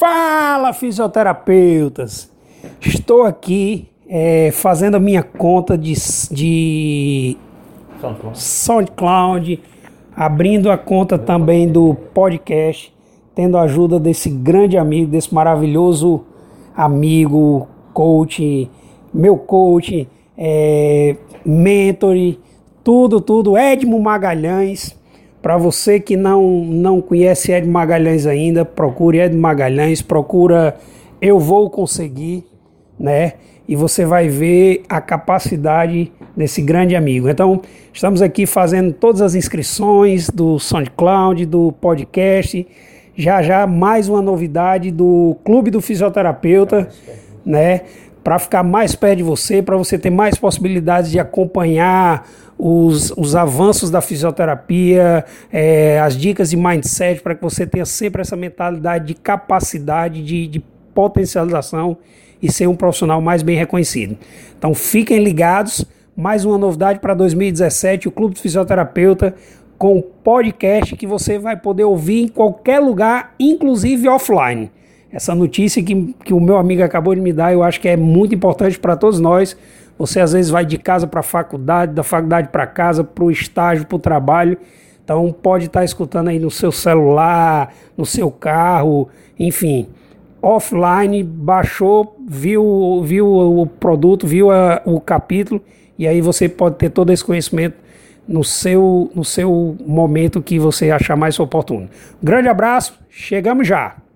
Fala, fisioterapeutas! Estou aqui fazendo a minha conta de SoundCloud, abrindo a conta também do podcast, tendo a ajuda desse grande amigo, desse maravilhoso amigo, coach, meu coach, mentor, tudo, Edmo Magalhães. Para você que não conhece Edmo Magalhães ainda, procure Edmo Magalhães, procura Eu Vou Conseguir, né? E você vai ver a capacidade desse grande amigo. Então, estamos aqui fazendo todas as inscrições do SoundCloud, do podcast. Já mais uma novidade do Clube do Fisioterapeuta, né? Para ficar mais perto de você, para você ter mais possibilidades de acompanhar os avanços da fisioterapia, as dicas de mindset, para que você tenha sempre essa mentalidade de capacidade, de potencialização e ser um profissional mais bem reconhecido. Então fiquem ligados, mais uma novidade para 2017, o Clube do Fisioterapeuta, com podcast que você vai poder ouvir em qualquer lugar, inclusive offline. Essa notícia que o meu amigo acabou de me dar, eu acho que é muito importante para todos nós. Você às vezes vai de casa para a faculdade, da faculdade para casa, para o estágio, para o trabalho. Então pode estar escutando aí no seu celular, no seu carro, enfim. Offline, baixou, viu o produto, viu o capítulo, e aí você pode ter todo esse conhecimento no seu momento que você achar mais oportuno. Grande abraço, chegamos já!